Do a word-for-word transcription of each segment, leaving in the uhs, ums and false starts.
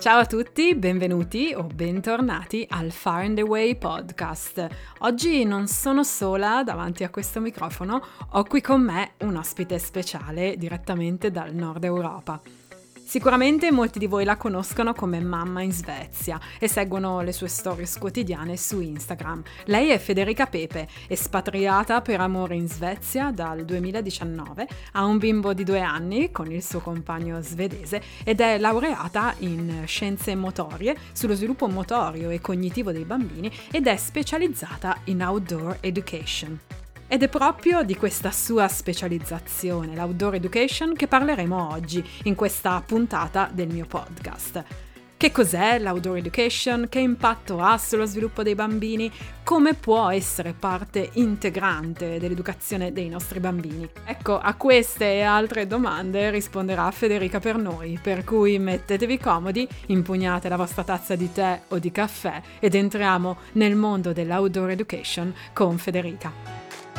Ciao a tutti, benvenuti o bentornati al Far and Away podcast. Oggi non sono sola davanti a questo microfono, ho qui con me un ospite speciale direttamente dal nord Europa. Sicuramente molti di voi la conoscono come mamma in Svezia e seguono le sue stories quotidiane su Instagram. Lei è Federica Pepe, espatriata per amore in Svezia dal duemiladiciannove, ha un bimbo di due anni con il suo compagno svedese ed è laureata in scienze motorie sullo sviluppo motorio e cognitivo dei bambini ed è specializzata in outdoor education. Ed è proprio di questa sua specializzazione, l'outdoor education, che parleremo oggi in questa puntata del mio podcast. Che cos'è l'outdoor education? Che impatto ha sullo sviluppo dei bambini? Come può essere parte integrante dell'educazione dei nostri bambini? Ecco, a queste e altre domande risponderà Federica per noi, per cui mettetevi comodi, impugnate la vostra tazza di tè o di caffè ed entriamo nel mondo dell'outdoor education con Federica.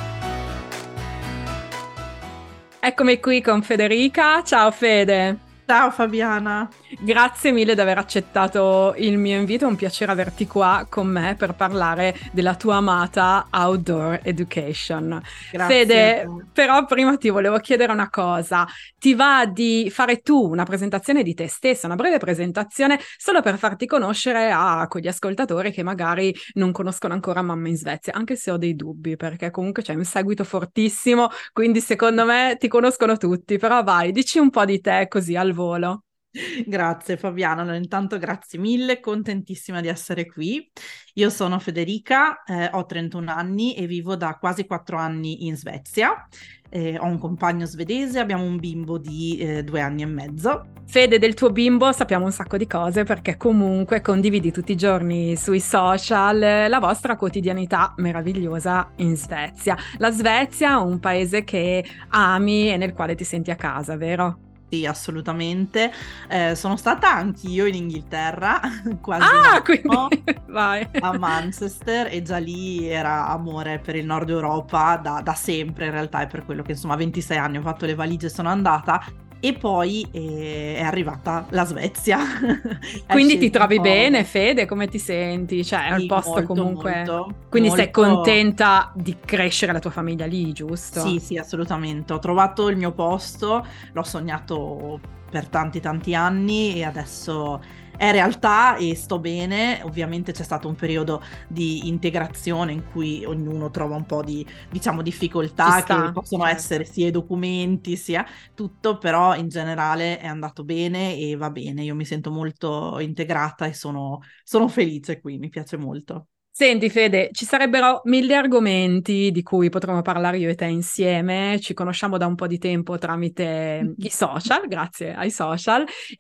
Eccomi qui con Federica. Ciao Fede. Ciao Fabiana. Grazie mille di aver accettato il mio invito, è un piacere averti qua con me per parlare della tua amata outdoor education. Grazie. Fede, però prima ti volevo chiedere una cosa, ti va di fare tu una presentazione di te stessa, una breve presentazione solo per farti conoscere a quegli ascoltatori che magari non conoscono ancora Mamma in Svezia, anche se ho dei dubbi perché comunque c'è un seguito fortissimo, quindi secondo me ti conoscono tutti, però vai, dici un po' di te così al volo. Grazie Fabiana, allora, intanto grazie mille, contentissima di essere qui. Io sono Federica, eh, ho trentuno anni e vivo da quasi quattro anni in Svezia. Eh, ho un compagno svedese, abbiamo un bimbo di eh, due anni e mezzo. Fede, del tuo bimbo sappiamo un sacco di cose perché comunque condividi tutti i giorni sui social la vostra quotidianità meravigliosa in Svezia. La Svezia è un paese che ami e nel quale ti senti a casa, vero? Sì, assolutamente. Eh, sono stata anch'io in Inghilterra, quasi ah, un quindi anno, vai. a Manchester, e già lì era amore per il Nord Europa da, da sempre, in realtà è per quello che insomma a ventisei anni ho fatto le valigie e sono andata. E poi eh, è arrivata la Svezia. Quindi ti trovi bene, Fede? Come ti senti? Cioè, è un sì, posto molto, comunque... molto, Quindi molto... sei contenta di crescere la tua famiglia lì, giusto? Sì, sì, assolutamente. Ho trovato il mio posto, l'ho sognato per tanti tanti anni e adesso è realtà e sto bene. Ovviamente c'è stato un periodo di integrazione in cui ognuno trova un po' di, diciamo, difficoltà che possono certo. essere sia i documenti sia tutto, però in generale è andato bene e va bene. Io mi sento molto integrata e sono, sono felice qui, mi piace molto. Senti Fede, ci sarebbero mille argomenti di cui potremmo parlare io e te insieme, ci conosciamo da un po' di tempo tramite i social, grazie ai social,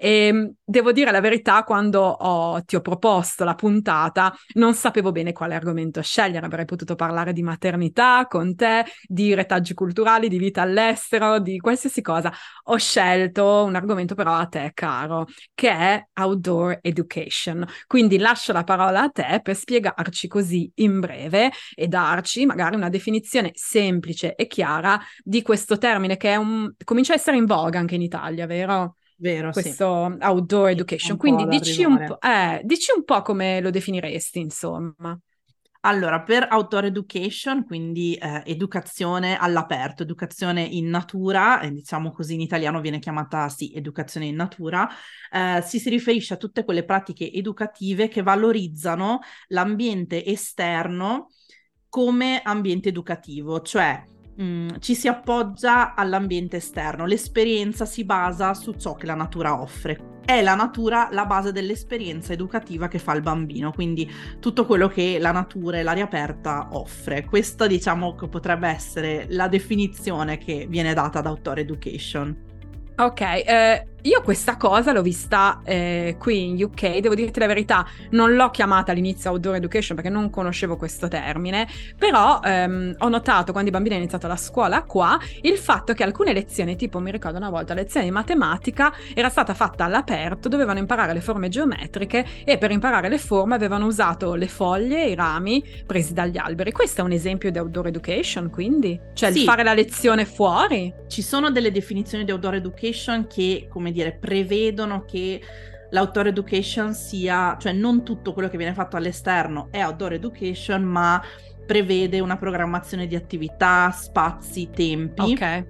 e devo dire la verità, quando ho, ti ho proposto la puntata non sapevo bene quale argomento scegliere, avrei potuto parlare di maternità con te, di retaggi culturali, di vita all'estero, di qualsiasi cosa. Ho scelto un argomento però a te caro, che è outdoor education, quindi lascio la parola a te per spiegarci così in breve e darci magari una definizione semplice e chiara di questo termine che è un, comincia a essere in voga anche in Italia, vero? Vero, questo sì. outdoor education. Un Quindi dici un, po', eh, dici un po' come lo definiresti, insomma. Allora, per outdoor education, quindi eh, educazione all'aperto, educazione in natura, eh, diciamo così in italiano viene chiamata, sì, educazione in natura, eh, si, si riferisce a tutte quelle pratiche educative che valorizzano l'ambiente esterno come ambiente educativo, cioè mh, ci si appoggia all'ambiente esterno, l'esperienza si basa su ciò che la natura offre. È la natura la base dell'esperienza educativa che fa il bambino, quindi tutto quello che la natura e l'aria aperta offre. Questa, diciamo, che potrebbe essere la definizione che viene data da outdoor education. Ok, eh, io questa cosa l'ho vista eh, qui in U K, devo dirti la verità, non l'ho chiamata all'inizio outdoor education perché non conoscevo questo termine, però ehm, ho notato quando i bambini hanno iniziato la scuola qua il fatto che alcune lezioni, tipo mi ricordo una volta la lezione di matematica era stata fatta all'aperto, dovevano imparare le forme geometriche e per imparare le forme avevano usato le foglie e i rami presi dagli alberi. Questo è un esempio di outdoor education, quindi? Cioè sì, il fare la lezione fuori? Ci sono delle definizioni di outdoor education che, come dire, prevedono che l'outdoor education sia, cioè non tutto quello che viene fatto all'esterno è outdoor education, ma prevede una programmazione di attività, spazi, tempi. Ok.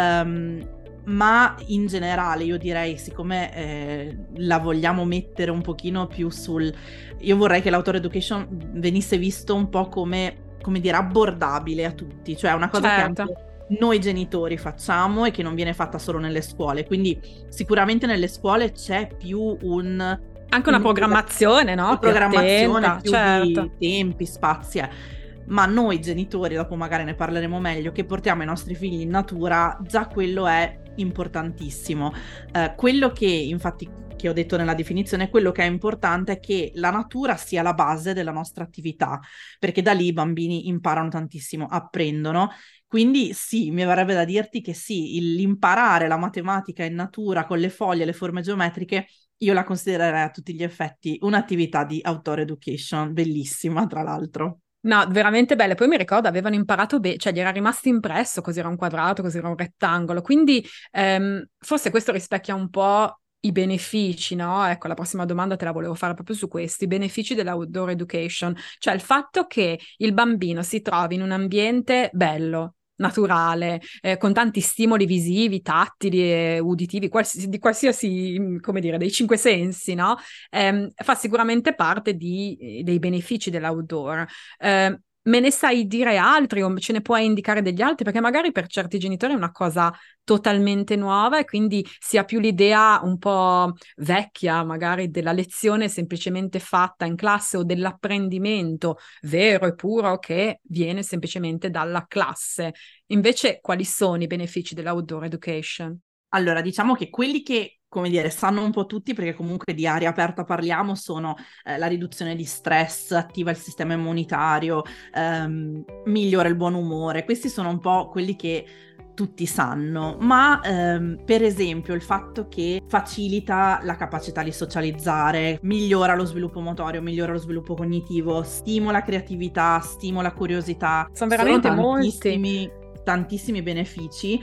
Um, ma in generale io direi, siccome eh, la vogliamo mettere un pochino più sul... Io vorrei che l'outdoor education venisse visto un po' come, come dire, abbordabile a tutti, cioè una cosa Certo. che anche noi genitori facciamo e che non viene fatta solo nelle scuole, quindi sicuramente nelle scuole c'è più un... Anche una un- programmazione, no? Una Più programmazione, attenta, più certo. di tempi, spazi, eh. Ma noi genitori, dopo magari ne parleremo meglio, che portiamo i nostri figli in natura, già quello è importantissimo. Eh, quello che infatti che ho detto nella definizione, quello che è importante è che la natura sia la base della nostra attività, perché da lì i bambini imparano tantissimo, apprendono. Quindi sì, mi verrebbe da dirti che sì, il- l'imparare la matematica in natura con le foglie, le forme geometriche, io la considererei a tutti gli effetti un'attività di outdoor education, bellissima tra l'altro. No, veramente belle. Poi mi ricordo avevano imparato bene, cioè gli era rimasto impresso cos'era un quadrato, cos'era un rettangolo. Quindi ehm, forse questo rispecchia un po' i benefici, no? Ecco, la prossima domanda te la volevo fare proprio su questo, i benefici dell'outdoor education, cioè il fatto che il bambino si trovi in un ambiente bello, naturale, eh, con tanti stimoli visivi, tattili e uditivi, qualsiasi, di qualsiasi, come dire, dei cinque sensi, no? Ehm, fa sicuramente parte di, dei benefici dell'outdoor. Eh, me ne sai dire altri o ce ne puoi indicare degli altri? Perché magari per certi genitori è una cosa totalmente nuova e quindi si ha più l'idea un po' vecchia, magari della lezione semplicemente fatta in classe o dell'apprendimento vero e puro che viene semplicemente dalla classe. Invece, quali sono i benefici dell'outdoor education? Allora, diciamo che quelli che, come dire, sanno un po' tutti, perché comunque di aria aperta parliamo, sono eh, la riduzione di stress, attiva il sistema immunitario, ehm, migliora il buon umore. Questi sono un po' quelli che tutti sanno, ma ehm, per esempio il fatto che facilita la capacità di socializzare, migliora lo sviluppo motorio, migliora lo sviluppo cognitivo, stimola creatività, stimola curiosità. Sono veramente tantissimi, molti. tantissimi benefici.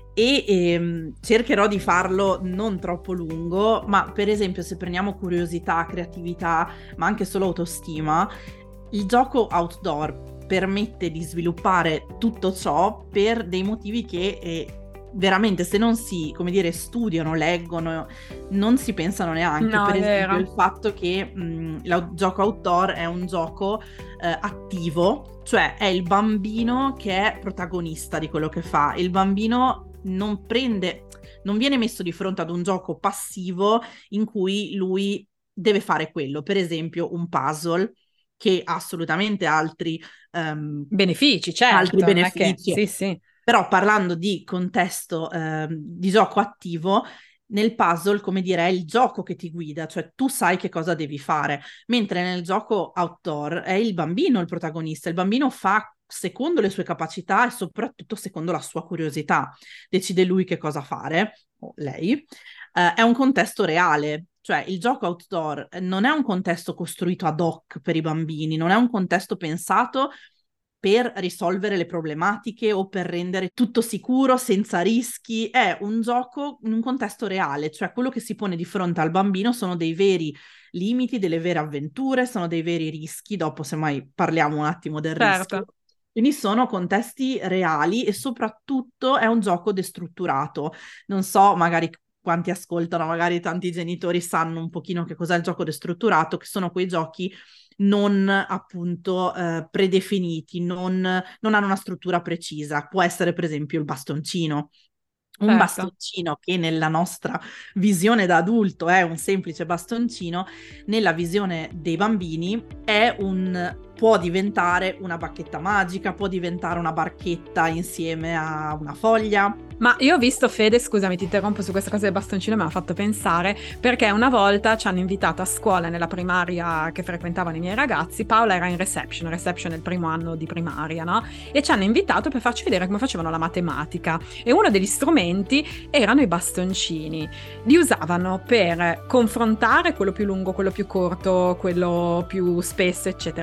E ehm, cercherò di farlo non troppo lungo, ma per esempio se prendiamo curiosità, creatività, ma anche solo autostima, il gioco outdoor permette di sviluppare tutto ciò per dei motivi che eh, veramente se non si, come dire, studiano, leggono, non si pensano neanche. No, Per è esempio vero. il fatto che mh, il gioco outdoor è un gioco eh, attivo, cioè è il bambino che è protagonista di quello che fa. Il bambino non prende, non viene messo di fronte ad un gioco passivo in cui lui deve fare quello, per esempio un puzzle che ha assolutamente altri, um, Benefici, altri certo, non è che... benefici, Sì, sì. però parlando di contesto um, di gioco attivo, nel puzzle, come dire, è il gioco che ti guida, cioè tu sai che cosa devi fare, mentre nel gioco outdoor è il bambino il protagonista, il bambino fa secondo le sue capacità e soprattutto secondo la sua curiosità, decide lui che cosa fare, o lei. Uh, è un contesto reale, cioè il gioco outdoor non è un contesto costruito ad hoc per i bambini, non è un contesto pensato per risolvere le problematiche o per rendere tutto sicuro senza rischi, è un gioco in un contesto reale, cioè quello che si pone di fronte al bambino sono dei veri limiti, delle vere avventure, sono dei veri rischi, dopo semmai parliamo un attimo del Certo. rischio. Quindi sono contesti reali e soprattutto è un gioco destrutturato. Non so, magari quanti ascoltano, magari tanti genitori sanno un pochino che cos'è il gioco destrutturato, che sono quei giochi non appunto eh, predefiniti, non, non hanno una struttura precisa. Può essere per esempio il bastoncino. Un Certo. bastoncino che nella nostra visione da adulto è un semplice bastoncino, nella visione dei bambini è un, può diventare una bacchetta magica, può diventare una barchetta insieme a una foglia. Ma io ho visto, Fede, scusami, ti interrompo su questa cosa del bastoncino, mi ha fatto pensare, perché una volta ci hanno invitato a scuola nella primaria che frequentavano i miei ragazzi, Paola era in reception, reception è il primo anno di primaria, no? E ci hanno invitato per farci vedere come facevano la matematica. E uno degli strumenti erano i bastoncini. Li usavano per confrontare quello più lungo, quello più corto, quello più spesso, eccetera. E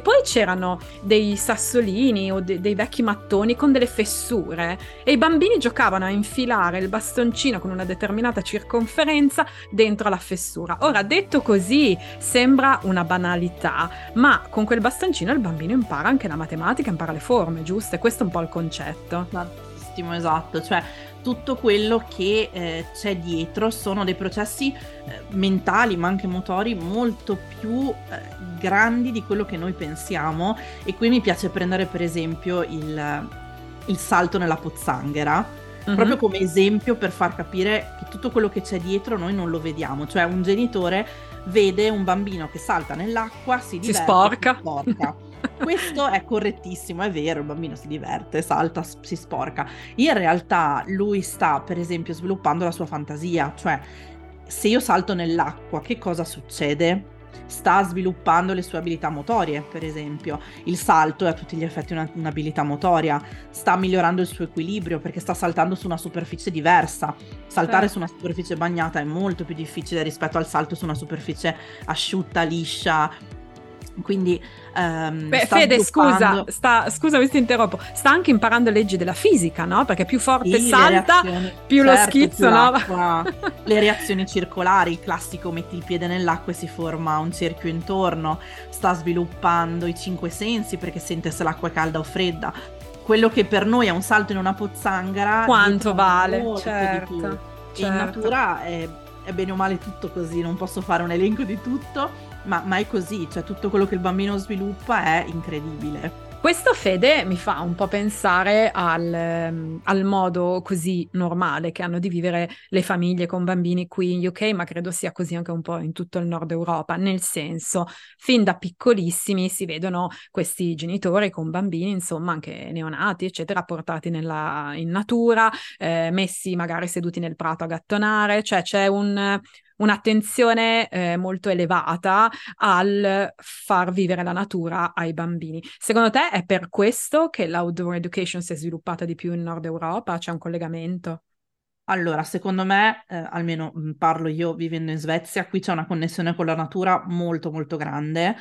poi c'erano dei sassolini o de- dei vecchi mattoni con delle fessure e i bambini giocavano a infilare il bastoncino con una determinata circonferenza dentro la fessura. Ora, detto così sembra una banalità, ma con quel bastoncino il bambino impara anche la matematica, impara le forme, giusto? E questo è un po' il concetto. Esattissimo, esatto, cioè tutto quello che eh, c'è dietro sono dei processi eh, mentali ma anche motori molto più eh, grandi di quello che noi pensiamo. E qui mi piace prendere per esempio il, il salto nella pozzanghera, Mhm. proprio come esempio per far capire che tutto quello che c'è dietro noi non lo vediamo. Cioè un genitore vede un bambino che salta nell'acqua, si Si diverte, sporca. si sporca. Questo è correttissimo, è vero, il bambino si diverte, salta, s- si sporca. In realtà lui sta, per esempio, sviluppando la sua fantasia, cioè se io salto nell'acqua, che cosa succede? Sta sviluppando le sue abilità motorie, per esempio. Il salto è a tutti gli effetti una- un'abilità motoria, sta migliorando il suo equilibrio perché sta saltando su una superficie diversa. Saltare Certo. su una superficie bagnata è molto più difficile rispetto al salto su una superficie asciutta, liscia. Quindi ehm, Beh, sta Fede, scusa, sviluppando. sta, scusami se ti interrompo, sta anche imparando leggi della fisica, no? Perché più forte Sì, le salta, reazioni, più lo certo, più schizzo, no? l'acqua, le reazioni circolari, il classico metti il piede nell'acqua e si forma un cerchio intorno, sta sviluppando i cinque sensi perché sente se l'acqua è calda o fredda. Quello che per noi è un salto in una pozzanghera, Quanto dietro è vale, molto di più. certo, E in certo. natura è, è bene o male tutto così, non posso fare un elenco di tutto, ma, ma è così, cioè tutto quello che il bambino sviluppa è incredibile. Questo, Fede, mi fa un po' pensare al, ehm, al modo così normale che hanno di vivere le famiglie con bambini qui in U K, ma credo sia così anche un po' in tutto il nord Europa, nel senso, fin da piccolissimi si vedono questi genitori con bambini, insomma, anche neonati, eccetera, portati nella, in natura, eh, messi magari seduti nel prato a gattonare, cioè c'è un... un'attenzione eh, molto elevata al far vivere la natura ai bambini. Secondo te è per questo che l'outdoor education si è sviluppata di più in Nord Europa? C'è un collegamento? Allora, secondo me, eh, almeno mh, parlo io vivendo in Svezia, qui c'è una connessione con la natura molto molto grande.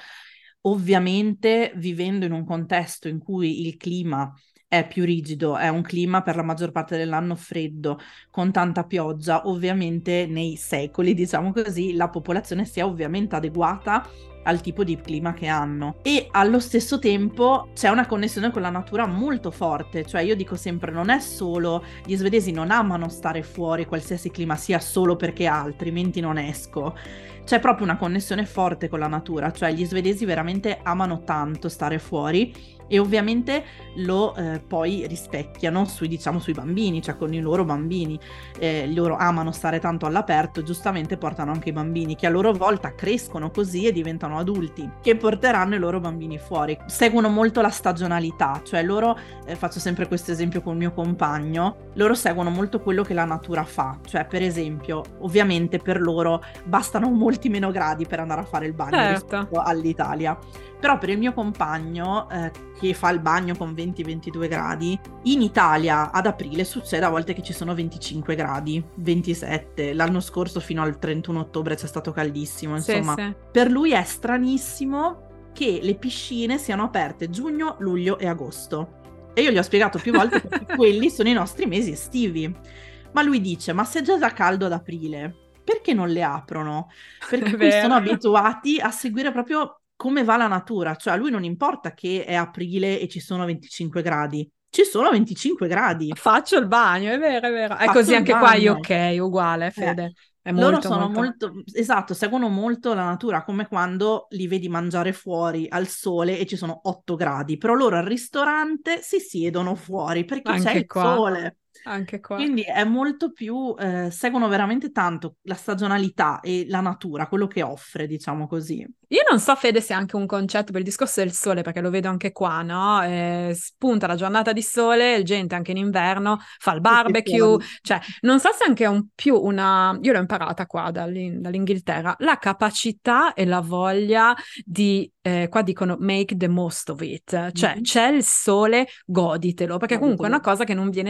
Ovviamente, vivendo in un contesto in cui il clima è più rigido, è un clima per la maggior parte dell'anno freddo, con tanta pioggia, ovviamente nei secoli, diciamo così, la popolazione si è ovviamente adeguata al tipo di clima che hanno. E allo stesso tempo c'è una connessione con la natura molto forte, cioè io dico sempre non è solo gli svedesi non amano stare fuori qualsiasi clima sia solo perché ha, altrimenti non esco. C'è proprio una connessione forte con la natura, cioè gli svedesi veramente amano tanto stare fuori e ovviamente lo eh, poi rispecchiano sui, diciamo, sui bambini, cioè con i loro bambini. Eh, loro amano stare tanto all'aperto, giustamente portano anche i bambini che a loro volta crescono così e diventano adulti, che porteranno i loro bambini fuori. Seguono molto la stagionalità, cioè loro, eh, faccio sempre questo esempio con il mio compagno, loro seguono molto quello che la natura fa, cioè per esempio, ovviamente per loro bastano molti meno gradi per andare a fare il bagno Certo. rispetto all'Italia. Però per il mio compagno, eh, che fa il bagno con venti ventidue gradi, in Italia ad aprile succede a volte che ci sono venticinque gradi, ventisette. L'anno scorso fino al trentuno ottobre c'è stato caldissimo, Sì, insomma. sì. Per lui è stranissimo che le piscine siano aperte giugno, luglio e agosto. E io gli ho spiegato più volte perché quelli sono i nostri mesi estivi. Ma lui dice, ma se già da caldo ad aprile, perché non le aprono? Perché È qui sono vero. abituati a seguire proprio come va la natura, cioè a lui non importa che è aprile e ci sono venticinque gradi, ci sono venticinque gradi, Faccio il bagno, è vero, è vero. È faccio così il anche qua in bagno. U K, uguale, Eh, Fede. È loro molto, sono molto... molto, esatto, seguono molto la natura, come quando li vedi mangiare fuori al sole e ci sono otto gradi, però loro al ristorante si siedono fuori perché c'è Anche il qua, sole. anche qua. Quindi è molto più, eh, seguono veramente tanto la stagionalità e la natura, quello che offre, diciamo così. Io non so, Fede, se è anche un concetto per il discorso del sole, perché lo vedo anche qua, no? Eh, spunta la giornata di sole, la gente anche in inverno fa il Tutti barbecue, fuori. cioè non so se anche è un più una... Io l'ho imparata qua dall'In- dall'Inghilterra, la capacità e la voglia di, eh, qua dicono make the most of it, cioè Mhm. c'è il sole, goditelo, perché comunque è una cosa che non viene data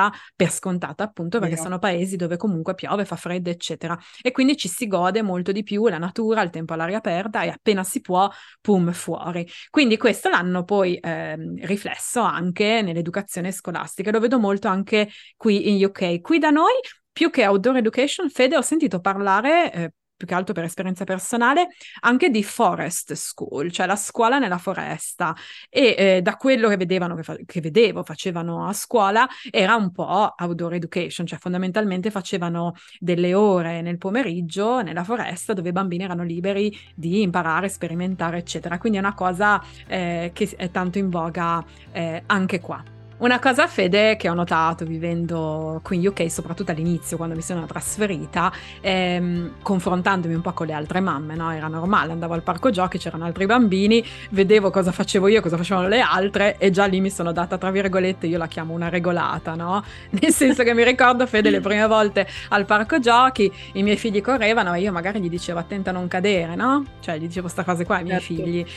data per scontata, appunto perché Vero. sono paesi dove comunque piove, fa freddo, eccetera. E quindi ci si gode molto di più la natura, il tempo all'aria aperta e appena si può, pum, fuori. Quindi questo l'hanno poi ehm, riflesso anche nell'educazione scolastica. Lo vedo molto anche qui in U K. Qui da noi, più che outdoor education, Fede, ho sentito parlare, eh, più che altro per esperienza personale, anche di forest school, cioè la scuola nella foresta. E eh, da quello che vedevano, che, fa- che vedevo, facevano a scuola, era un po' outdoor education, cioè fondamentalmente facevano delle ore nel pomeriggio nella foresta dove i bambini erano liberi di imparare, sperimentare, eccetera. Quindi è una cosa eh, che è tanto in voga eh, anche qua. Una cosa, Fede, che ho notato vivendo qui in U K, soprattutto all'inizio quando mi sono trasferita, ehm, confrontandomi un po' con le altre mamme, no? Era normale, andavo al parco giochi, c'erano altri bambini, vedevo cosa facevo io, cosa facevano le altre e già lì mi sono data, tra virgolette, io la chiamo una regolata, no? Nel senso che mi ricordo, Fede, le prime volte al parco giochi, i miei figli correvano e io magari gli dicevo attenta a non cadere, no? Cioè gli dicevo sta cose qua ai miei Certo. figli.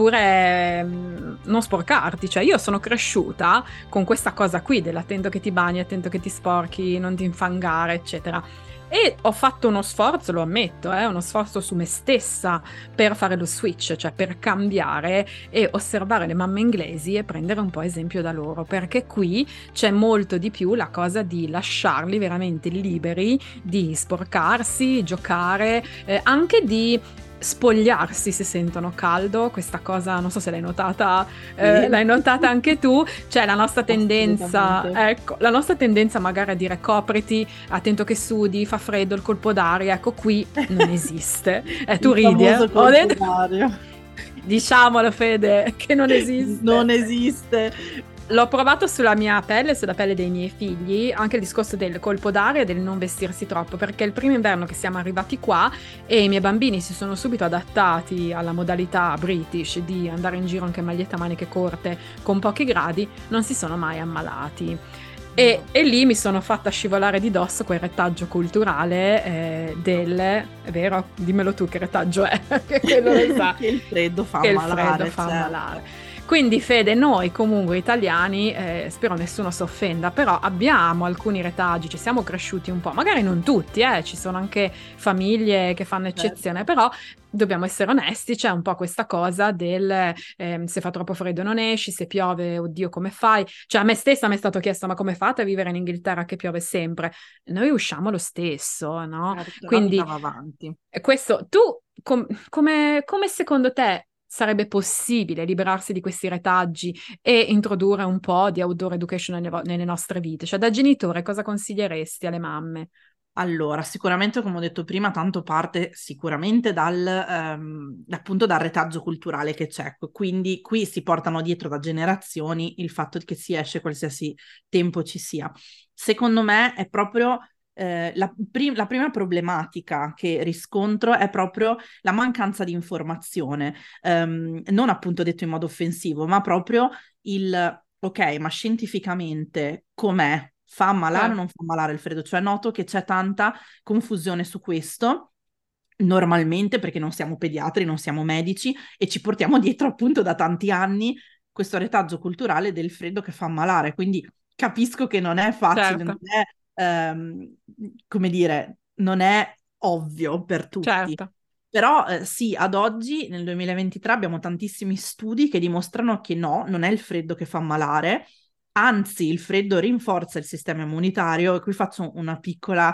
Oppure mh, non sporcarti, cioè io sono cresciuta con questa cosa qui dell'attento che ti bagni, attento che ti sporchi, non ti infangare, eccetera. E ho fatto uno sforzo, lo ammetto, eh, uno sforzo su me stessa per fare lo switch, cioè per cambiare e osservare le mamme inglesi e prendere un po' esempio da loro, perché qui c'è molto di più la cosa di lasciarli veramente liberi di sporcarsi, giocare, eh, anche di spogliarsi se sentono caldo. Questa cosa non so se l'hai notata, eh, Sì. l'hai notata anche tu, cioè la nostra tendenza, Assolutamente. ecco, la nostra tendenza magari a dire copriti, attento che sudi, fa freddo, il colpo d'aria, ecco qui non esiste. Eh, tu Il ridi, eh? famoso Ho colpo detto, d'aria. diciamolo Fede, che non esiste. Non esiste. L'ho provato sulla mia pelle, sulla pelle dei miei figli, anche il discorso del colpo d'aria e del non vestirsi troppo, perché il primo inverno che siamo arrivati qua e i miei bambini si sono subito adattati alla modalità British di andare in giro anche in maglietta a maniche corte con pochi gradi, non si sono mai ammalati. E, e lì mi sono fatta scivolare di dosso quel retaggio culturale eh, del, è vero? Dimmelo tu che retaggio è, che quello lo sa. Che il freddo fa Che il ammalare, freddo fa certo. ammalare. Quindi Fede, noi comunque italiani, eh, spero nessuno si offenda, però abbiamo alcuni retaggi, ci siamo cresciuti un po', magari non tutti, eh, ci sono anche famiglie che fanno eccezione, Certo. però dobbiamo essere onesti, c'è un po' questa cosa del eh, se fa troppo freddo non esci, se piove, oddio come fai? Cioè a me stessa mi è stato chiesto ma come fate a vivere in Inghilterra che piove sempre? Noi usciamo lo stesso, no? Certo, la vita Quindi va avanti. questo, tu com- come, come secondo te sarebbe possibile liberarsi di questi retaggi e introdurre un po' di outdoor education nelle, vo- nelle nostre vite? Cioè da genitore cosa consiglieresti alle mamme? Allora, sicuramente, come ho detto prima, tanto parte sicuramente dal, ehm, appunto dal retaggio culturale che c'è. Quindi qui si portano dietro da generazioni il fatto che si esce qualsiasi tempo ci sia. Secondo me è proprio eh, la, prim- la prima problematica che riscontro è proprio la mancanza di informazione. Ehm, non appunto detto in modo offensivo, ma proprio il, ok, ma scientificamente com'è? Fa ammalare o Certo, non fa ammalare il freddo? Cioè noto che c'è tanta confusione su questo, normalmente perché non siamo pediatri, non siamo medici e ci portiamo dietro appunto da tanti anni questo retaggio culturale del freddo che fa ammalare. Quindi capisco che non è facile, non certo, è, ehm, come dire, non è ovvio per tutti. certo. Però eh, sì, ad oggi, nel duemilaventitré, abbiamo tantissimi studi che dimostrano che no, non è il freddo che fa ammalare, anzi il freddo rinforza il sistema immunitario. E qui faccio una piccola,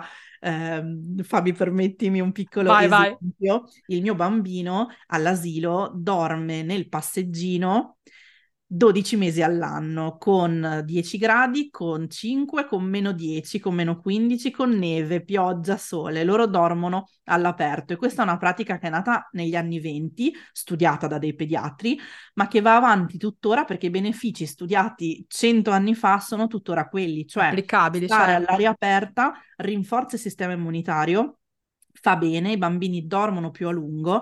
ehm, Fabi, permettimi un piccolo Vai, vai. esempio. Il mio bambino all'asilo dorme nel passeggino dodici mesi all'anno, con dieci gradi, con cinque, con meno dieci, con meno quindici, con neve, pioggia, sole. Loro dormono all'aperto e questa è una pratica che è nata negli anni venti, studiata da dei pediatri, ma che va avanti tuttora perché i benefici studiati cento anni fa sono tuttora quelli, cioè Applicabili, stare certo. all'aria aperta rinforza il sistema immunitario, fa bene, i bambini dormono più a lungo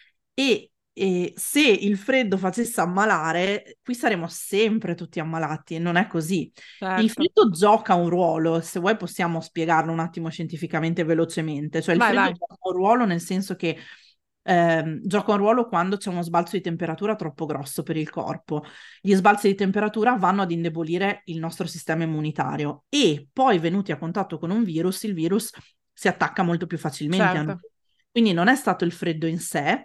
e e se il freddo facesse ammalare, qui saremmo sempre tutti ammalati e non è così. Il Certo. freddo gioca un ruolo, se vuoi possiamo spiegarlo un attimo scientificamente velocemente, cioè il Vai, freddo vai. gioca un ruolo nel senso che ehm, gioca un ruolo quando c'è uno sbalzo di temperatura troppo grosso per il corpo. Gli sbalzi di temperatura vanno ad indebolire il nostro sistema immunitario e poi venuti a contatto con un virus, il virus si attacca molto più facilmente a noi. Certo. Quindi non è stato il freddo in sé,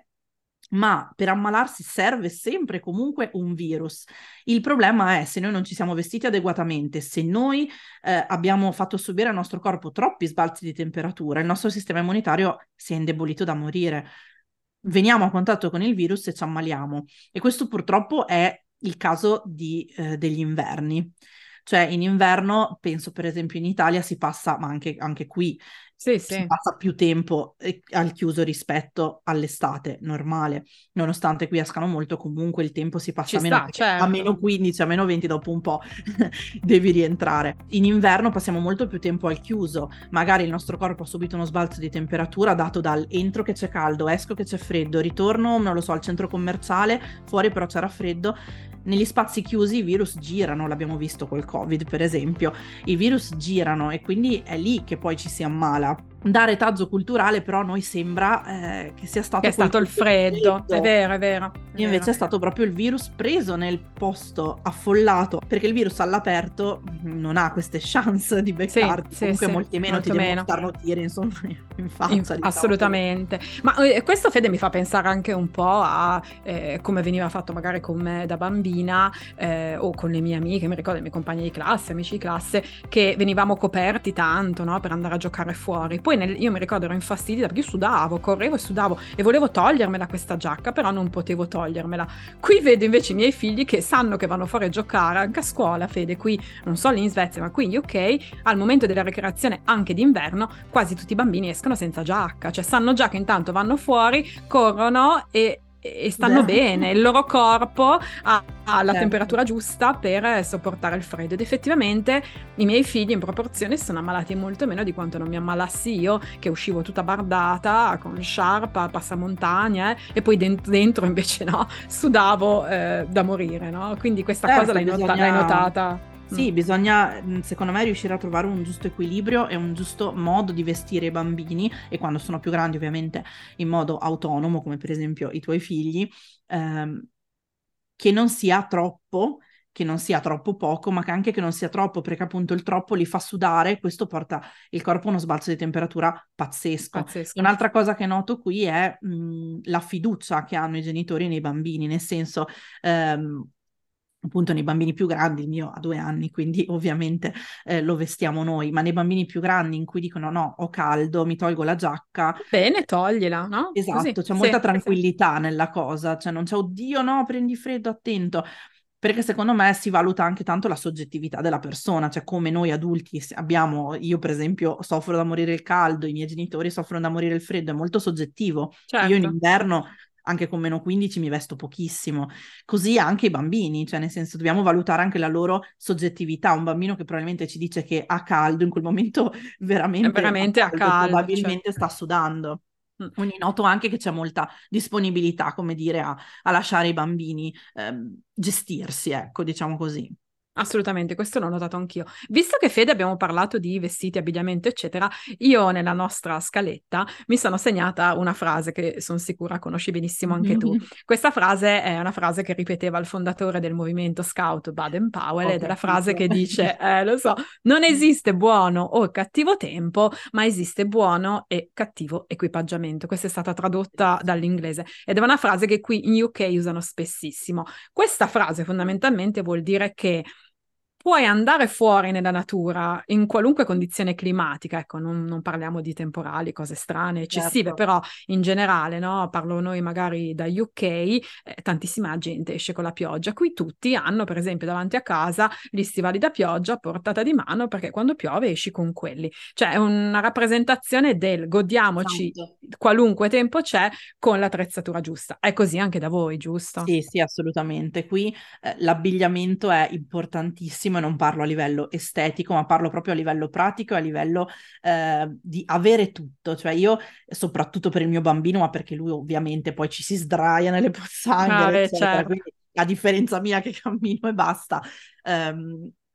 ma per ammalarsi serve sempre comunque un virus. Il problema è se noi non ci siamo vestiti adeguatamente, se noi eh, abbiamo fatto subire al nostro corpo troppi sbalzi di temperatura, il nostro sistema immunitario si è indebolito da morire. Veniamo a contatto con il virus e ci ammaliamo. E questo purtroppo è il caso di, eh, degli inverni. Cioè in inverno, penso per esempio in Italia si passa, ma anche, anche qui, Sì, si sì. passa più tempo eh, al chiuso rispetto all'estate normale. Nonostante qui escano molto, comunque il tempo si Ci passa meno sta, perché a certo. meno quindici, a meno venti dopo un po' devi rientrare. In inverno passiamo molto più tempo al chiuso. Magari il nostro corpo ha subito uno sbalzo di temperatura dato dal entro che c'è caldo, esco che c'è freddo, ritorno, non lo so, al centro commerciale, fuori però c'era freddo. Negli spazi chiusi i virus girano, l'abbiamo visto col Covid per esempio, i virus girano e quindi è lì che poi ci si ammala. Da retaggio culturale però a noi sembra eh, che sia stato Che è quel stato il freddo, è freddo. vero, è vero, è vero. Invece è stato proprio il virus preso nel posto affollato, perché il virus all'aperto non ha queste chance di Sì, beccarti, sì, comunque sì, molti meno ti molto devono meno. starnutire insomma in In- faccia, diciamo così. assolutamente. Ma eh, questo Fede mi fa pensare anche un po' a eh, come veniva fatto magari con me da bambina eh, o con le mie amiche, mi ricordo i miei compagni di classe, amici di classe, che venivamo coperti tanto, no, per andare a giocare fuori. Poi nel- io mi ricordo ero infastidita perché io sudavo, correvo e sudavo e volevo togliermela questa giacca, però non potevo togliermela. Qui vedo invece i miei figli che sanno che vanno fuori a giocare anche a scuola, Fede, qui non so lì in Svezia, ma qui in U K, al momento della ricreazione anche d'inverno, quasi tutti i bambini escono senza giacca, cioè sanno già che intanto vanno fuori, corrono e, e stanno Beh, bene, il loro corpo ha, ha la certo. temperatura giusta per sopportare il freddo ed effettivamente i miei figli in proporzione sono ammalati molto meno di quanto non mi ammalassi io, che uscivo tutta bardata con sciarpa, passamontagna eh, e poi dentro, dentro invece no, sudavo eh, da morire, no? Quindi questa cosa Certo, l'hai, nota- l'hai bisogna... notata? Mm. Sì, bisogna, mh, secondo me, riuscire a trovare un giusto equilibrio e un giusto modo di vestire i bambini, e quando sono più grandi, ovviamente, in modo autonomo, come per esempio i tuoi figli, ehm, che non sia troppo, che non sia troppo poco, ma che anche che non sia troppo, perché appunto il troppo li fa sudare e questo porta il corpo a uno sbalzo di temperatura pazzesco. E Pazzesco. un'altra cosa che noto qui è mh, la fiducia che hanno i genitori nei bambini, nel senso... ehm, appunto nei bambini più grandi, il mio ha due anni, quindi ovviamente eh, lo vestiamo noi, ma nei bambini più grandi in cui dicono no, ho caldo, mi tolgo la giacca, Bene, eh, toglila, no? Così, esatto, c'è molta sì, sì. tranquillità nella cosa, cioè non c'è oddio no, prendi freddo, attento, perché secondo me si valuta anche tanto la soggettività della persona, cioè come noi adulti abbiamo, io per esempio soffro da morire il caldo, i miei genitori soffrono da morire il freddo, è molto soggettivo. Io in Certo. inverno, anche con meno quindici, mi vesto pochissimo. Così anche i bambini, cioè nel senso dobbiamo valutare anche la loro soggettività. Un bambino che probabilmente ci dice che ha caldo, in quel momento È veramente ha veramente a caldo e caldo, probabilmente certo. sta sudando. Mm. Quindi noto anche che c'è molta disponibilità, come dire, a, a lasciare i bambini ehm, gestirsi, ecco, diciamo così. Assolutamente, questo l'ho notato anch'io. Visto che Fede abbiamo parlato di vestiti, abbigliamento, eccetera, io nella nostra scaletta mi sono segnata una frase che sono sicura conosci benissimo anche tu. Questa frase è una frase che ripeteva il fondatore del movimento Scout Baden-Powell Ho ed è la frase capito. che dice, eh, lo so, non esiste buono o cattivo tempo, ma esiste buono e cattivo equipaggiamento. Questa è stata tradotta dall'inglese ed è una frase che qui in U K usano spessissimo. Questa frase fondamentalmente vuol dire che puoi andare fuori nella natura in qualunque condizione climatica, ecco, non, non parliamo di temporali, cose strane, eccessive, Certo. però in generale, no? Parlo noi magari da U K, eh, tantissima gente esce con la pioggia, qui tutti hanno per esempio davanti a casa gli stivali da pioggia a portata di mano perché quando piove esci con quelli, cioè è una rappresentazione del godiamoci Esatto. qualunque tempo c'è con l'attrezzatura giusta. È così anche da voi, giusto? Sì, sì, assolutamente. Qui eh, l'abbigliamento è importantissimo e non parlo a livello estetico, ma parlo proprio a livello pratico e a livello eh, di avere tutto. Cioè io, soprattutto per il mio bambino, ma perché lui ovviamente poi ci si sdraia nelle Ah, pozzanghere, beh, eccetera, certo. quindi a differenza mia che cammino e basta, ehm,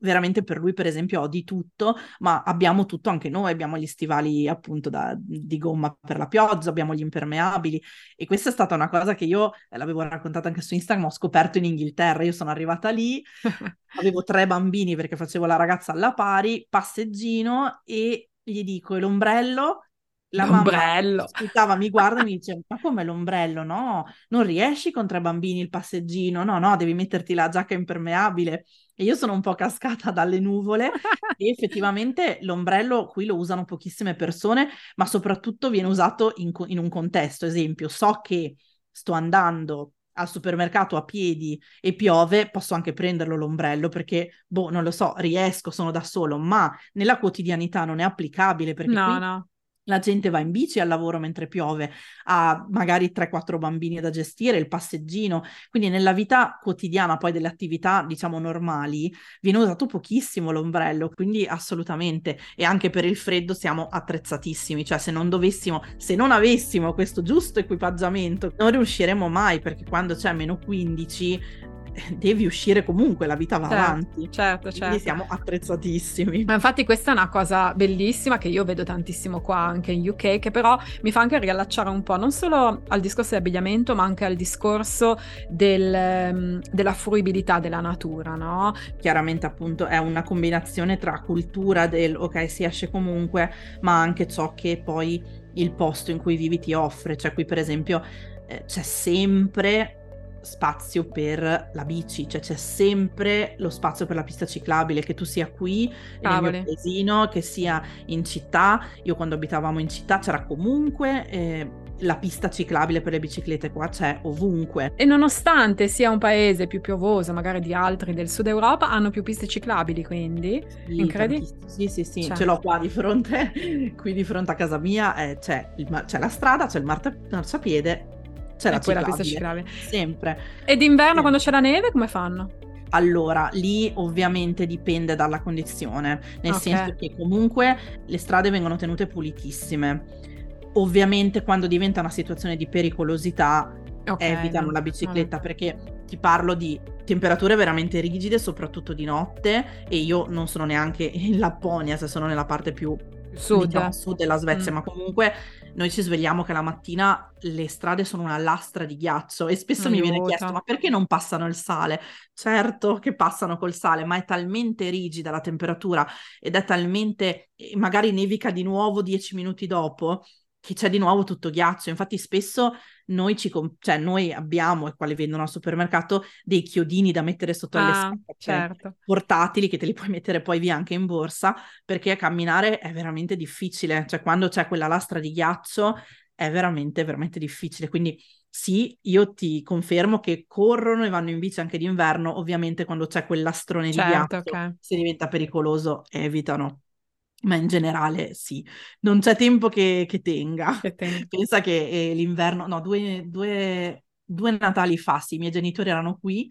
veramente per lui per esempio ho di tutto, ma abbiamo tutto anche noi, abbiamo gli stivali appunto da, di gomma per la pioggia, abbiamo gli impermeabili, e questa è stata una cosa che io, eh, l'avevo raccontata anche su Instagram, ho scoperto in Inghilterra. Io sono arrivata lì, avevo tre bambini perché facevo la ragazza alla pari, passeggino, e gli dico: e l'ombrello? La mamma L'ombrello. ascoltava, mi guarda e mi dice: ma come l'ombrello? No, non riesci con tre bambini il passeggino, no, no, devi metterti la giacca impermeabile. E io sono un po' cascata dalle nuvole, e effettivamente l'ombrello qui lo usano pochissime persone, ma soprattutto viene usato in, co- in un contesto. Esempio, so che sto andando al supermercato a piedi e piove, posso anche prenderlo l'ombrello perché, boh, non lo so, riesco, sono da solo, ma nella quotidianità non è applicabile, perché No, qui no. la gente va in bici al lavoro mentre piove, ha magari tre quattro bambini da gestire, il passeggino, quindi nella vita quotidiana poi delle attività, diciamo, normali, viene usato pochissimo l'ombrello, quindi assolutamente. E anche per il freddo siamo attrezzatissimi, cioè se non dovessimo, se non avessimo questo giusto equipaggiamento, non riusciremo mai, perché quando c'è meno quindici devi uscire comunque, la vita va Certo, avanti. certo, Quindi certo. siamo attrezzatissimi. Ma infatti questa è una cosa bellissima che io vedo tantissimo qua anche in U K, che però mi fa anche riallacciare un po' non solo al discorso dell'abbigliamento, ma anche al discorso del, ehm, della fruibilità della natura, no? Chiaramente appunto è una combinazione tra cultura del ok, si esce comunque, ma anche ciò che poi il posto in cui vivi ti offre. Cioè qui per esempio eh, c'è sempre spazio per la bici, cioè c'è sempre lo spazio per la pista ciclabile, che tu sia qui nel mio Cavoli. paesino, che sia in città. Io quando abitavamo in città c'era comunque eh, la pista ciclabile per le biciclette, qua c'è ovunque. E nonostante sia un paese più piovoso magari di altri del sud Europa, hanno più piste ciclabili, quindi Sì, incredibile. tantissimo. Sì, sì, sì, Cioè. ce l'ho qua di fronte, qui di fronte a casa mia, eh, c'è, il ma- c'è la strada, c'è il marta- marciapiede, c'è E la poi la pista ciclabile, ciclabile. sempre. E d'inverno quando c'è Sempre. la neve come fanno? Allora, lì ovviamente dipende dalla condizione, nel Ok. senso che comunque le strade vengono tenute pulitissime. Ovviamente quando diventa una situazione di pericolosità Ok, evitano no, la bicicletta, perché ti parlo di temperature veramente rigide, soprattutto di notte, e io non sono neanche in Lapponia, se sono nella parte più, sud. diciamo, a sud della Svezia, Mm. ma comunque noi ci svegliamo che la mattina le strade sono una lastra di ghiaccio, e spesso mi viene chiesto: Aiuto. ma perché non passano il sale? Certo che passano col sale, ma è talmente rigida la temperatura ed è talmente, magari nevica di nuovo dieci minuti dopo, che c'è di nuovo tutto ghiaccio. Infatti spesso noi, ci com- cioè noi abbiamo, e quali vendono al supermercato, dei chiodini da mettere sotto alle Ah, scarpe, certo. portatili, che te li puoi mettere poi via anche in borsa, perché camminare è veramente difficile. Cioè quando c'è quella lastra di ghiaccio è veramente, veramente difficile. Quindi sì, io ti confermo che corrono e vanno in bici anche d'inverno. Ovviamente quando c'è quel lastrone di Certo, ghiaccio, ok. se diventa pericoloso, evitano. Ma in generale sì, non c'è tempo che, che tenga. Che tempo. Pensa che eh, l'inverno, no, due, due, due Natali fa, sì, i miei genitori erano qui,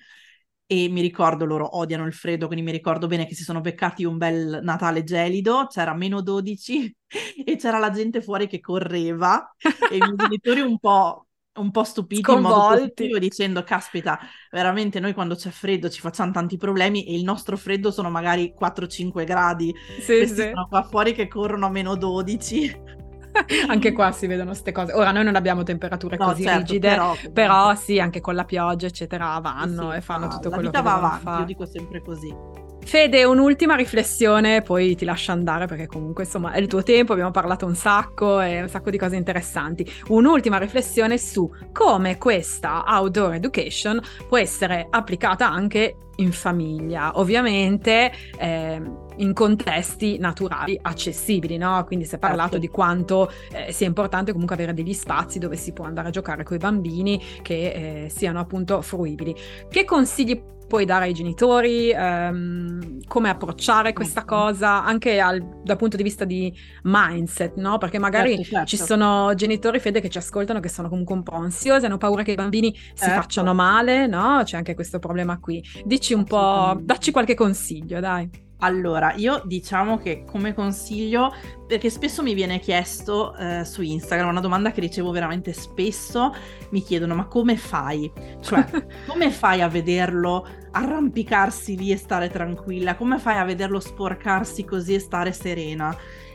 e mi ricordo, loro odiano il freddo, quindi mi ricordo bene che si sono beccati un bel Natale gelido, c'era meno dodici e c'era la gente fuori che correva, e i miei genitori un po', un po' stupiti in modo Sconvolti. positivo, dicendo: caspita, veramente noi quando c'è freddo ci facciamo tanti problemi, e il nostro freddo sono magari quattro cinque gradi. Sì, Questi sì. sono qua fuori che corrono a meno dodici. Anche qua si vedono queste cose. Ora noi non abbiamo temperature No, così certo, rigide, però comunque però sì, anche con la pioggia, eccetera, sì, vanno sì, e fanno va- tutto la quello vita che va devono avanti, io fare. dico sempre così. Fede, un'ultima riflessione, poi ti lascio andare perché comunque insomma è il tuo tempo, abbiamo parlato un sacco e un sacco di cose interessanti. Un'ultima riflessione su come questa outdoor education può essere applicata anche in famiglia, ovviamente eh, in contesti naturali accessibili, no? Quindi si è parlato Certo. di quanto eh, sia importante comunque avere degli spazi dove si può andare a giocare con i bambini che eh, siano appunto fruibili. Che consigli puoi dare ai genitori, ehm, come approcciare questa Certo. cosa anche al, dal punto di vista di mindset, no? Perché magari Certo, certo. ci sono genitori, Fede, che ci ascoltano che sono comunque un po' ansiosi, hanno paura che i bambini si Certo. facciano male, no? C'è anche questo problema qui. Dici un po', Assolutamente. dacci qualche consiglio, dai. Allora, io diciamo che come consiglio, perché spesso mi viene chiesto eh, su Instagram, una domanda che ricevo veramente spesso, mi chiedono ma come fai? Cioè, come fai a vederlo arrampicarsi lì e stare tranquilla? Come fai a vederlo sporcarsi così e stare serena?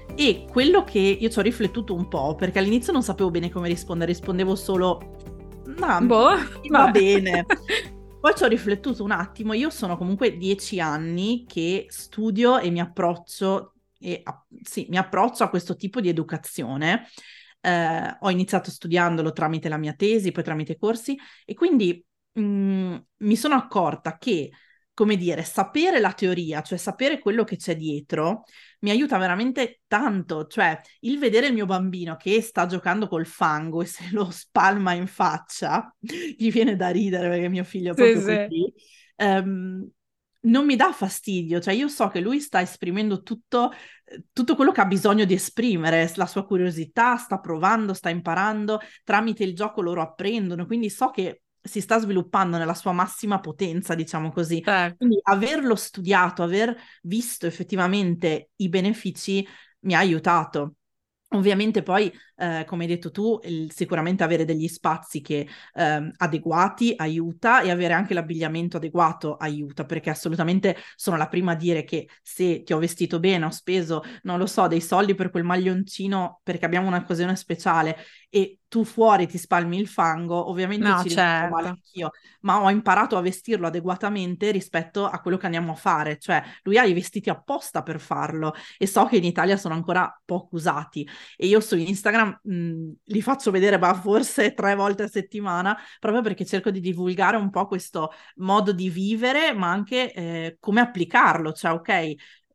E quello che io ci ho riflettuto un po', perché all'inizio non sapevo bene come rispondere, rispondevo solo, no, Boh, va vabbè. bene. Poi ci ho riflettuto un attimo, io sono comunque dieci anni che studio e mi approccio, e, a- sì, mi approccio a questo tipo di educazione. Eh, ho iniziato studiandolo tramite la mia tesi, poi tramite i corsi, e quindi mh, mi sono accorta che, come dire, sapere la teoria, cioè sapere quello che c'è dietro, mi aiuta veramente tanto. Cioè, il vedere il mio bambino che sta giocando col fango e se lo spalma in faccia, gli viene da ridere perché mio figlio è Sì, proprio sì. così, ehm, non mi dà fastidio, cioè io so che lui sta esprimendo tutto, tutto quello che ha bisogno di esprimere, la sua curiosità, sta provando, sta imparando, tramite il gioco loro apprendono, quindi so che si sta sviluppando nella sua massima potenza, diciamo così. Certo. Quindi averlo studiato, aver visto effettivamente i benefici mi ha aiutato. Ovviamente poi, eh, come hai detto tu, il- sicuramente avere degli spazi che, ehm, adeguati aiuta, e avere anche l'abbigliamento adeguato aiuta, perché assolutamente sono la prima a dire che se ti ho vestito bene, ho speso, non lo so, dei soldi per quel maglioncino perché abbiamo un'occasione speciale e tu fuori ti spalmi il fango, ovviamente No, ci rimango male certo. anch'io, ma ho imparato a vestirlo adeguatamente rispetto a quello che andiamo a fare, cioè lui ha i vestiti apposta per farlo e so che in Italia sono ancora poco usati. E io su Instagram mh, li faccio vedere, ma forse tre volte a settimana, proprio perché cerco di divulgare un po' questo modo di vivere, ma anche eh, come applicarlo, cioè ok,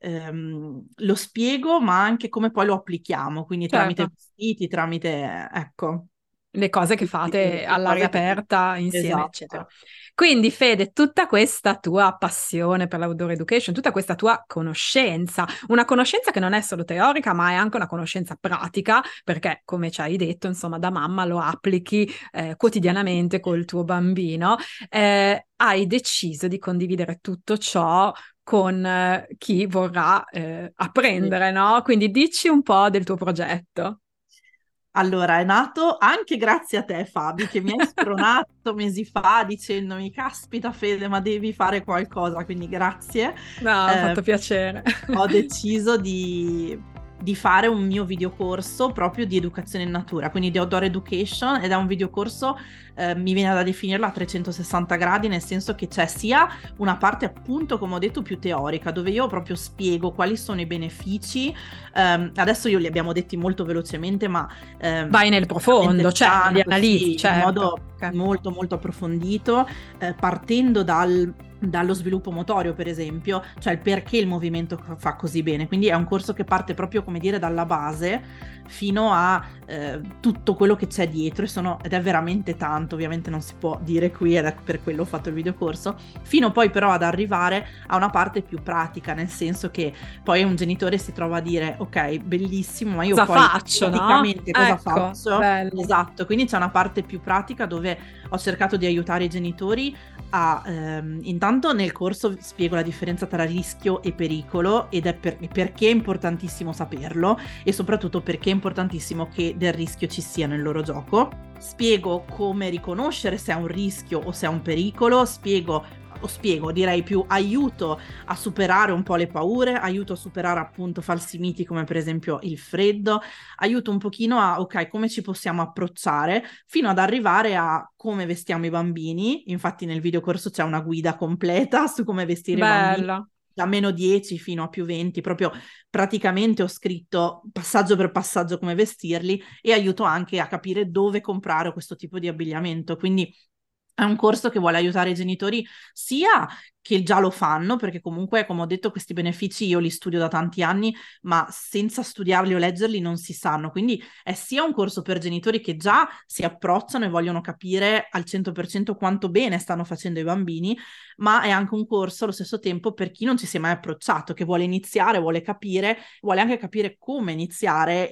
ehm, lo spiego, ma anche come poi lo applichiamo, quindi tramite Certo. vestiti, tramite, ecco, Le cose che quindi fate le all'aria cose che... aperta insieme, eccetera. Esatto. Quindi, Fede, tutta questa tua passione per l'outdoor education, tutta questa tua conoscenza, una conoscenza che non è solo teorica, ma è anche una conoscenza pratica, perché, come ci hai detto, insomma, da mamma lo applichi eh, quotidianamente col tuo bambino, eh, hai deciso di condividere tutto ciò con eh, chi vorrà eh, Sì. apprendere, no? Quindi dici un po' del tuo progetto. Allora, è nato anche grazie a te, Fabi, che mi hai spronato mesi fa dicendomi, caspita Fede, ma devi fare qualcosa, quindi grazie. No, mi ha Eh, fatto piacere. Ho deciso di, di fare un mio videocorso proprio di educazione in natura, quindi di outdoor education, ed è un videocorso, eh, mi viene da definirlo a trecentosessanta gradi, nel senso che c'è sia una parte appunto, come ho detto, più teorica, dove io proprio spiego quali sono i benefici. Ehm, adesso io li abbiamo detti molto velocemente, ma ehm, Vai nel profondo, veramente cioè li tanto, analizzi, sì, in certo. modo Ok. molto molto approfondito, eh, partendo dal, dallo sviluppo motorio, per esempio, cioè il perché il movimento fa fa così bene. Quindi è un corso che parte proprio, come dire, dalla base fino a eh, tutto quello che c'è dietro, e sono, ed è veramente tanto, ovviamente non si può dire qui, ed è per quello ho fatto il videocorso, fino poi però ad arrivare a una parte più pratica, nel senso che poi un genitore si trova a dire, ok, bellissimo, ma io Cosa poi faccio, no? praticamente cosa Ecco, faccio? bello. Esatto, quindi c'è una parte più pratica dove ho cercato di aiutare i genitori a, ehm, intanto nel corso spiego la differenza tra rischio e pericolo, ed è per- perché è importantissimo saperlo, e soprattutto perché è importantissimo che del rischio ci sia nel loro gioco. Spiego come riconoscere se è un rischio o se è un pericolo, spiego o spiego, direi più aiuto a superare un po' le paure, aiuto a superare appunto falsi miti come per esempio il freddo, aiuto un pochino a, ok, come ci possiamo approcciare fino ad arrivare a come vestiamo i bambini. Infatti nel videocorso c'è una guida completa su come vestire i bambini, Bello. da meno dieci fino a più venti, proprio praticamente ho scritto passaggio per passaggio come vestirli, e aiuto anche a capire dove comprare questo tipo di abbigliamento. Quindi è un corso che vuole aiutare i genitori sia che già lo fanno, perché comunque, come ho detto, questi benefici io li studio da tanti anni, ma senza studiarli o leggerli non si sanno. Quindi è sia un corso per genitori che già si approcciano e vogliono capire al cento per cento quanto bene stanno facendo i bambini, ma è anche un corso allo stesso tempo per chi non ci si è mai approcciato, che vuole iniziare, vuole capire, vuole anche capire come iniziare e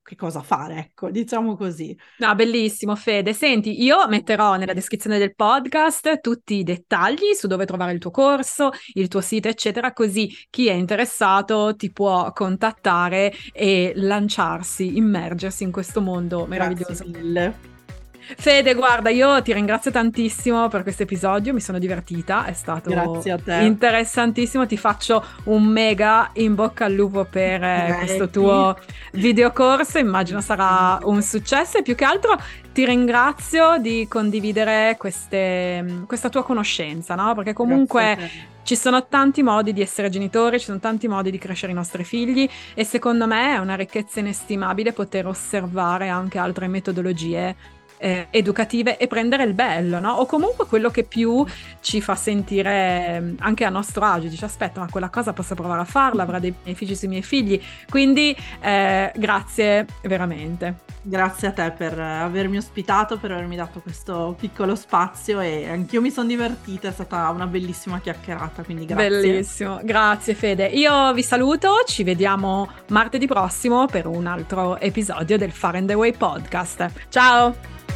che cosa fare, ecco, diciamo così. No, bellissimo Fede. Senti, io metterò nella descrizione del podcast tutti i dettagli su dove trovare il tuo corso, il tuo sito, eccetera, così chi è interessato ti può contattare e lanciarsi, immergersi in questo mondo meraviglioso. Grazie mille. Fede, guarda, io ti ringrazio tantissimo per questo episodio, mi sono divertita, è stato Grazie a te. interessantissimo, ti faccio un mega in bocca al lupo per eh, questo tuo videocorso, immagino sarà un successo e più che altro ti ringrazio di condividere queste, questa tua conoscenza, no? Perché comunque ci sono tanti modi di essere genitori, ci sono tanti modi di crescere i nostri figli e secondo me è una ricchezza inestimabile poter osservare anche altre metodologie Eh, educative e prendere il bello, no? O comunque quello che più ci fa sentire eh, anche a nostro agio, dice aspetta, ma quella cosa posso provare a farla, avrà dei benefici sui miei figli, quindi eh, grazie veramente. Grazie a te per avermi ospitato, per avermi dato questo piccolo spazio e anch'io mi sono divertita, è stata una bellissima chiacchierata, quindi grazie. Bellissimo, grazie Fede. Io vi saluto, ci vediamo martedì prossimo per un altro episodio del Far and Away Podcast. Ciao!